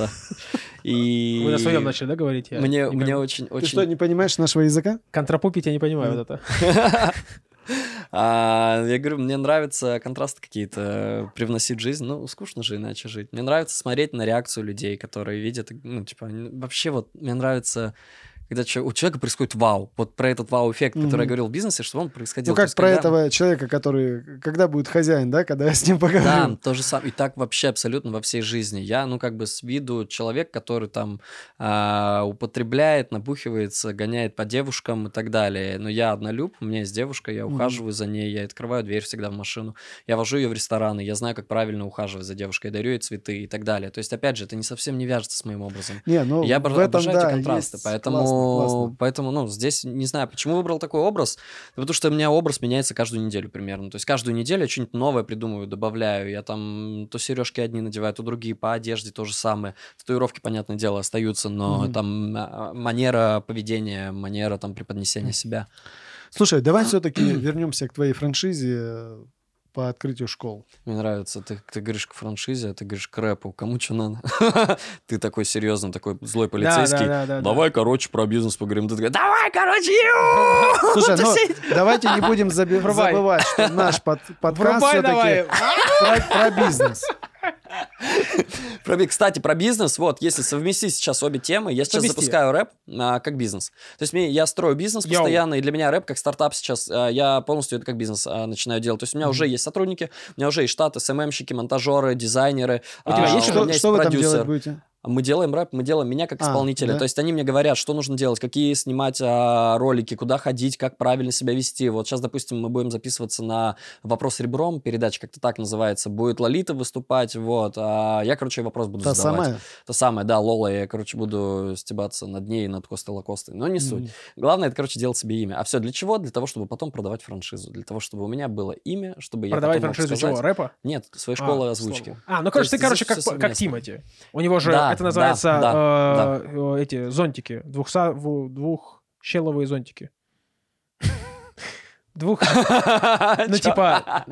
И Вы на своем начали, да, говорить? Я мне не пойму. очень... Ты что, не понимаешь нашего языка? Контрапупить я не понимаю вот это. Я говорю, мне нравится контрасты какие-то привносить в жизнь. Скучно же иначе жить. Мне нравится смотреть на реакцию людей, которые видят. Вообще мне нравится, когда у человека происходит вау. Вот про этот вау-эффект, который я говорил в бизнесе, чтобы он происходил. Как про этого человека, который... Когда будет хозяин, да? Когда я с ним поговорю. Да, то же самое. И так вообще абсолютно во всей жизни. Я, с виду человек, который там употребляет, набухивается, гоняет по девушкам и так далее. Но я однолюб, у меня есть девушка, я ухаживаю за ней, я открываю дверь всегда в машину, я вожу ее в рестораны, я знаю, как правильно ухаживать за девушкой, я дарю ей цветы и так далее. То есть, опять же, это не совсем не вяжется с моим образом. Я Я в этом, обожаю эти да, контрасты, есть. поэтому Классно. здесь не знаю, почему выбрал такой образ, потому что у меня образ меняется каждую неделю примерно, то есть каждую неделю я что-нибудь новое придумываю, добавляю, я там то сережки одни надеваю, то другие, по одежде то же самое, татуировки, понятное дело, остаются, но там манера поведения, манера там преподнесения себя. Слушай, давай все-таки вернемся к твоей франшизе по открытию школ. Мне нравится, ты говоришь к франшизе, а ты говоришь к рэпу. Кому что надо? Ты такой серьезный, такой злой полицейский. Да. Давай, короче, про бизнес поговорим. Ты такой, давай, короче, Слушай, давайте не будем забывать, что наш подкаст Врубай давай. все-таки про бизнес. Кстати, про бизнес, если совместить сейчас обе темы, я сейчас запускаю рэп как бизнес. То есть я строю бизнес постоянно, и для меня рэп как стартап сейчас, я полностью это как бизнес начинаю делать. То есть у меня уже есть сотрудники, у меня уже есть штат, СММщики, монтажеры, дизайнеры. У тебя есть Что вы там делать будете? Мы делаем рэп, мы делаем меня как исполнителя. да? То есть они мне говорят, что нужно делать, какие снимать ролики, куда ходить, как правильно себя вести. Вот сейчас, допустим, мы будем записываться на «Вопрос ребром», передача как-то так называется. Будет Лолита выступать, вот. А я, короче, вопрос буду Та задавать. самая? Та самая, да, Лола. Я, короче, буду стебаться над ней и над Костой Лакостой. Но не суть. Главное, это, короче, делать себе имя. А все для чего? Для того, чтобы потом продавать франшизу. Для того, чтобы у меня было имя, чтобы я Продавать потом мог франшизу сказать... чего? Рэпа? Нет, своей школы озвучки. Ну, То короче, ты, есть короче, здесь всё как совместно. Тимати. У него же Да, это называется да. эти зонтики. Двухщеловые зонтики. Ну, типа,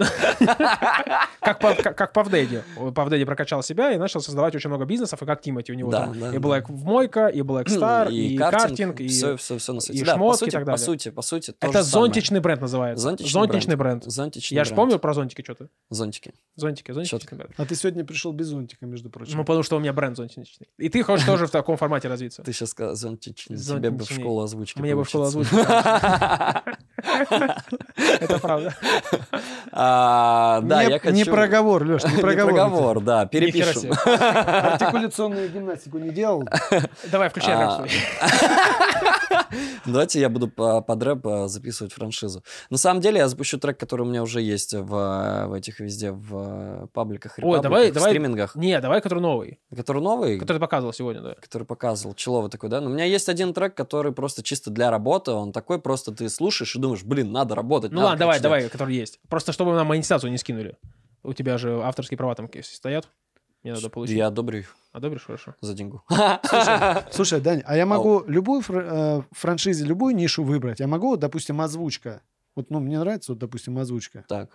как Павдеди. Павдеди прокачал себя и начал создавать очень много бизнесов, и как Тимати. У него Да, там да, и да. Black Мойка, и Black Star, и картинг, и все на свете. и Да, шмотки и по так далее. сути, то это же самое. зонтичный бренд называется. Зонтичный бренд. Зонтичный Я же бренд. помню про зонтики что-то. Зонтики. Зонтичный Чётко. бренд. А ты сегодня пришел без зонтика, между прочим. Ну, потому что у меня бренд зонтичный. И ты хочешь тоже в таком формате развиться. Ты сейчас сказал зонтичный. Тебе бы в Зонтичный. школу озвучки Мне бы в школу поучиться. озвучки. Это правда. Да, я хочу... Не проговор, Леш, не Не проговор. проговор, да, Нихера перепишем. себе. Артикуляционную гимнастику не делал? Давай, включай рэп свой. Давайте я буду под рэп записывать франшизу. На самом деле я запущу трек, который у меня уже есть в этих везде, в пабликах, Ой, репабликах, давай. в стримингах. Не, давай, который новый. Который новый, Который ты показывал сегодня, да. который показывал, Человый такой, да? Но у меня есть один трек, который просто чисто для работы, он такой, просто ты слушаешь и думаешь, блин, надо работать. Ну надо, ладно, короче, давай, который есть. Просто чтобы нам монетизацию не скинули. У тебя же авторские права там стоят. Мне надо получить. Я одобрю их Одобришь, хорошо. за деньгу. Слушай, Дань, а я могу любую франшизе, любую нишу выбрать? Я могу, допустим, озвучка. Вот, ну, мне нравится, вот, допустим, озвучка. Так.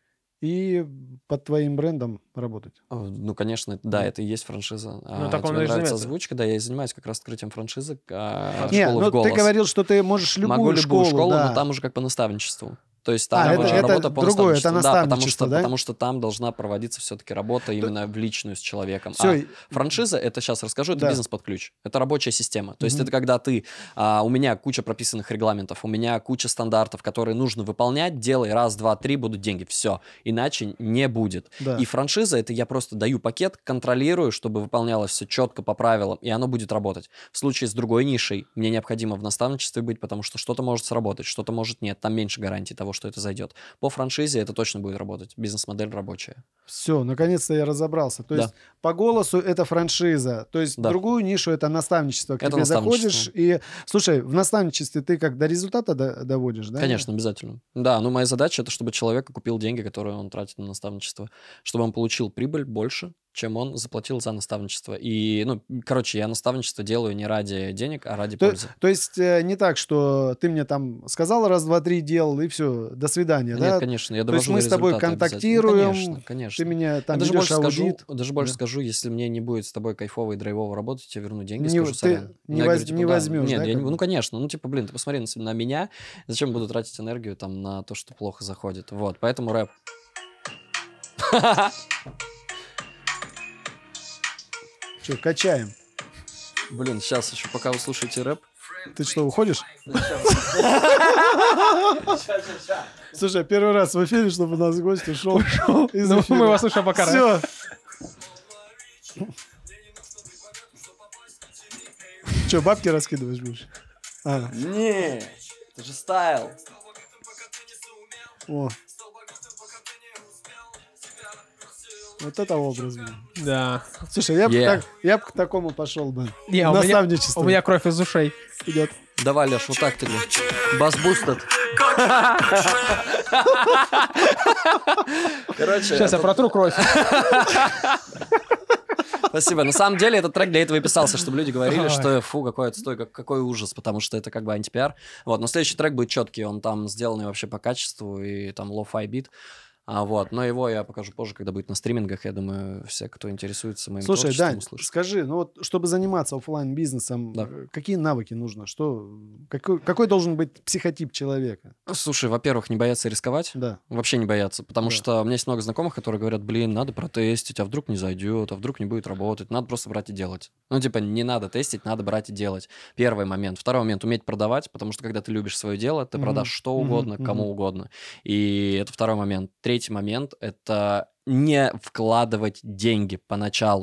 И под твоим брендом работать. Ну, конечно, да, это и есть франшиза. так он Тебе и нравится занимается. озвучка, да, я и занимаюсь как раз открытием франшизы Не, школы в ну голос. ты говорил, что ты можешь Могу любую школу, да. но там уже как по наставничеству. То есть там это работа по другое, это наставничеству. наставничество, да? Потому что там должна проводиться все-таки работа именно в личную с человеком. Всё, Франшиза, это сейчас расскажу, это Да. бизнес под ключ. Это рабочая система. То есть Мгм. это когда у меня куча прописанных регламентов, у меня куча стандартов, которые нужно выполнять, делай раз, два, три, будут деньги. Все. Иначе не будет. Да. И франшиза, это я просто даю пакет, контролирую, чтобы выполнялось все четко по правилам, и оно будет работать. В случае с другой нишей мне необходимо в наставничестве быть, потому что что-то может сработать, что-то может нет. Там меньше гарантий того, что это зайдет. По франшизе это точно будет работать. Бизнес-модель рабочая. Все, наконец-то я разобрался. То Да. есть по голосу это франшиза, то есть Да. другую нишу это наставничество. К Это тебе наставничество. заходишь и... Слушай, в наставничестве ты как до результата доводишь, да? Конечно, обязательно. Да, но моя задача это, чтобы человек окупил деньги, которые он тратит на наставничество, чтобы он получил прибыль больше, чем он заплатил за наставничество. И, короче, я наставничество делаю не ради денег, а ради пользы. То есть не так, что ты мне там сказал раз, два, три, делал, и все, до свидания, да? Нет, конечно, я То есть довожу мы до с тобой результата обязательно. контактируем, Конечно, конечно. ты меня там Я ведешь аудит. даже больше Да. скажу, если мне не будет с тобой кайфово и драйвово работать, я верну деньги, Не- скажу ты сорян. не Я воз- говорю, не да, возьмешь, нет, да, я как не- бы? ну, конечно, блин, ты посмотри на меня, зачем буду тратить энергию там на то, что плохо заходит. Вот, поэтому рэп. Что, качаем? Блин, сейчас еще, пока вы слушаете рэп. Ты что, уходишь? Слушай, первый раз в эфире, чтобы у нас гость ушел из Ну, эфира. мы вас слушаем пока. Все. Че, бабки раскидываешь будешь? Не, это же стайл. О. Вот это образ, блин. Да. Слушай, я бы Yeah. к такому пошел бы. Не, у Наставничество. меня кровь из ушей идет. Давай, Леш, вот так тебе. Бас-бустед. Короче, Сейчас я протру кровь. спасибо. На самом деле этот трек для этого и писался, чтобы люди говорили, Ой. что фу, какой отстой, какой ужас, потому что это как бы антипиар. Вот, но следующий трек будет четкий, он там сделанный вообще по качеству и там лоу-фай бит. Но его я покажу позже, когда будет на стримингах. Я думаю, все, кто интересуется моим Слушай, творчеством, Дань, услышат. скажи, ну вот, чтобы заниматься оффлайн-бизнесом, Да. какие навыки нужно? Какой должен быть психотип человека? Слушай, во-первых, не бояться рисковать. Да. Вообще не бояться, потому Да. что у меня есть много знакомых, которые говорят, блин, надо протестить, а вдруг не зайдет, а вдруг не будет работать, надо просто брать и делать. Не надо тестить, надо брать и делать. Первый момент. Второй момент, уметь продавать, потому что когда ты любишь свое дело, ты Мгм. продашь что Мгм. угодно, кому Мгм. угодно. И это второй момент. Третий момент, это не вкладывать деньги поначалу.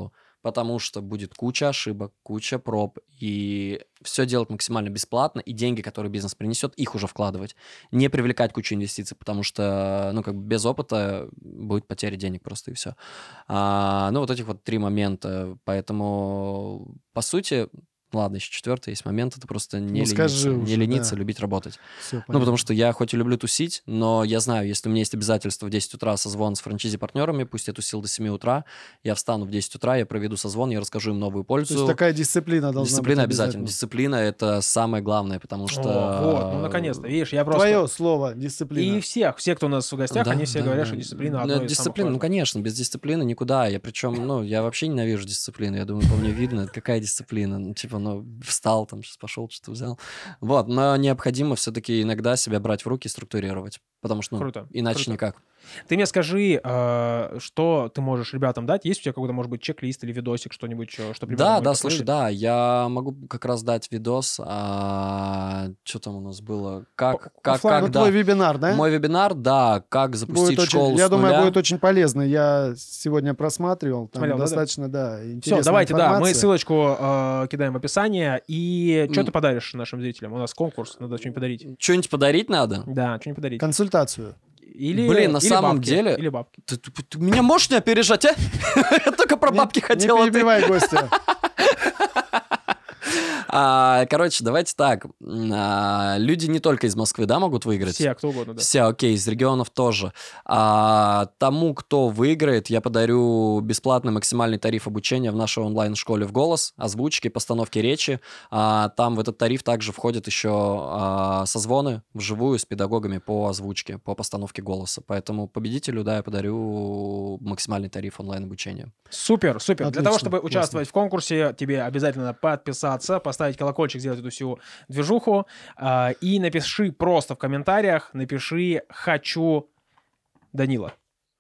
потому что будет куча ошибок, куча проб, и все делать максимально бесплатно, и деньги, которые бизнес принесет, их уже вкладывать. Не привлекать кучу инвестиций, потому что, ну, как бы без опыта будет потеря денег просто, и все. Ну, вот этих вот 3 момента. Поэтому, по сути... Ладно, еще 4-й есть момент, это просто не лениться, любить работать. Всё, Ну, потому что я хоть и люблю тусить, но я знаю, если у меня есть обязательство в 10 утра созвон с франчайзи-партнерами, пусть я тусил до 7 утра, я встану в 10 утра, я проведу созвон, я расскажу им новую пользу. То есть такая дисциплина должна Дисциплина быть обязательно. Дисциплина — это самое главное, потому что... Вот, ну, наконец-то, видишь, я просто... Твое слово, дисциплина. И все, кто у нас в гостях, Да, они все да, говорят, да. что дисциплина Ну, одно из самых дисциплина, ну, важных. конечно, без дисциплины никуда. Я причем, ну, я вообще ненавижу дисциплину. Я думаю, по мне видно, это какая дисциплина. Ну, типа, ну, встал там, сейчас пошел, что-то взял. Вот, но необходимо все-таки иногда себя брать в руки и структурировать. Потому что, ну, Круто, иначе круто. никак. Ты мне скажи, что ты можешь ребятам дать? Есть у тебя какой-то, может быть, чек-лист или видосик, что-нибудь, что ребята Да, могут да, посмотреть? слушай, да, я могу как раз дать видос, что там у нас было, как, Оффлайн, ну, да. твой вебинар, да? Мой вебинар, да, как запустить Будет очень, школу я с думаю, нуля. будет очень полезно. Я сегодня просматривал, там Смотрел, да? достаточно, да, Все, интересная давайте, да, мы информация. ссылочку кидаем в описание. И что ты подаришь нашим зрителям? У нас конкурс, надо что-нибудь подарить. Что-нибудь подарить надо? Да, что-нибудь подарить. Консультацию. Или, Блин, на или самом бабки, деле- Или бабки. Ты меня можешь не опережать, а? Я только про бабки хотел, а Не ты... перебивай гостя. Короче, давайте так. Люди не только из Москвы, да, могут выиграть? Все, кто угодно, да. Все, окей, из регионов тоже. Тому, кто выиграет, я подарю бесплатный максимальный тариф обучения в нашей онлайн-школе в голос, озвучки, постановки речи. Там в этот тариф также входят еще созвоны вживую с педагогами по озвучке, по постановке голоса. Поэтому победителю, да, я подарю максимальный тариф онлайн-обучения. Супер, супер. Для Отлично, того, чтобы классно. участвовать в конкурсе, тебе обязательно надо подписаться, поставить колокольчик, сделать эту всю движуху. И напиши просто в комментариях, напиши «Хочу Данила».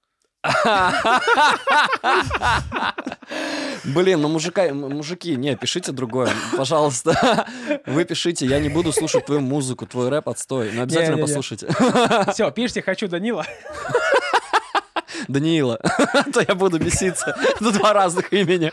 Блин, ну мужики, не, пишите другое, пожалуйста. Вы пишите, я не буду слушать твою музыку, твой рэп отстой, но обязательно Не-не-не. послушайте. Все, пишите «Хочу Данила». Даниила, то я буду беситься. Это 2 разных имени.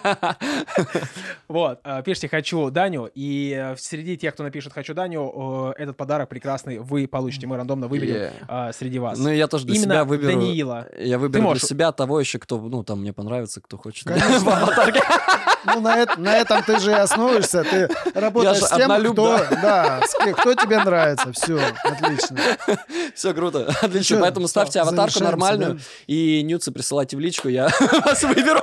Вот, пишите «Хочу Даню», и среди тех, кто напишет «Хочу Даню», этот подарок прекрасный вы получите. Мы рандомно выберем среди вас. Ну, я тоже для Именно себя выберу... Даниила. Я Ты выберу можешь- для себя того еще, кто, ну, там, мне понравится, кто хочет. Конечно. В аватарке. Ну, на этом ты же и основываешься. Ты работаешь же с тем, однолюб, кто, кто тебе нравится. Все, отлично. Все круто, отлично. чё, Поэтому ставьте аватарку завершаемся, нормальную да? и нюцы присылайте в личку, я вас выберу.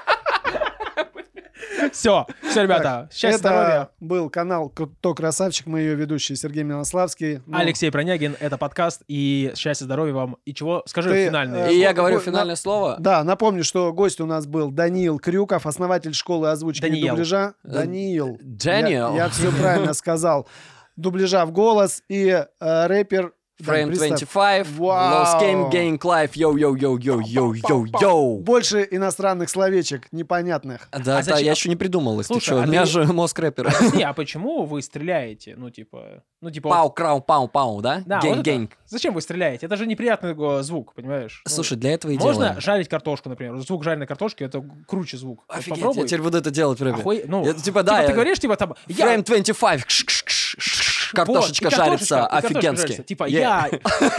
Все, ребята, счастья, здоровья. Это был канал «Кто красавчик», мы ее ведущие Сергей Милославский. Ну, Алексей Пронягин, это подкаст, и счастья, здоровья вам. И чего? Скажи Ты, финальное. И я говорю вот, финальное слово. Да, напомню, что гость у нас был Даниил Крюков, основатель школы озвучки и Даниил. дубляжа. Даниил. Даниил. Я все правильно сказал. Дубляжа в голос и рэпер... Frame представь. 25, Вау. Lost Game, Gang Life, йоу-йоу-йоу-йоу-йоу-йоу-йоу. Больше иностранных словечек непонятных. Да, зачем- я еще не придумал их. Ты Слушай, что, а у меня ты- же мозг рэпера. Не, а почему вы стреляете? Ну, типа... Пау, крау, пау, пау, да? Да, Гэнг, вот это. гэнг. Зачем вы стреляете? Это же неприятный звук, понимаешь? Ну, Слушай, для этого и можно делаем. жарить картошку, например. Звук жареной картошки — это круче звук. Вот Офигеть, попробуй. я теперь буду это делать в рэпе. Ну, Я, типа, да, ты я- говоришь, типа, там... Frame 25. Картошечка Вот, и жарится картошечка офигенски. жарится. Типа, Yeah. я...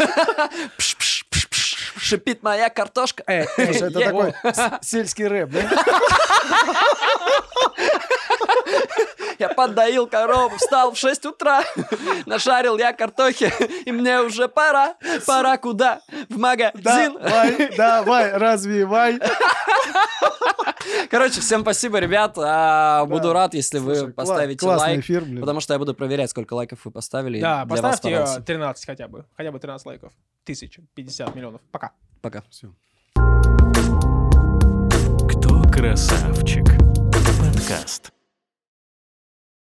Шипит моя картошка. Слушай, это Yeah. такой сельский рэп, да? Я подоил корову, встал в 6 утра, нажарил я картохи, и мне уже пора. Пора куда? В магазин. Давай, развивай. Короче, всем спасибо, ребят. Буду рад, если вы Слушай, поставите классный лайк. эфир, блин. Потому что я буду проверять, сколько лайков вы поставили. и Да, для вас поставьте старался. 13 хотя бы. Хотя бы 13 лайков. 1050 миллионов. Пока. Пока. Кто красавчик?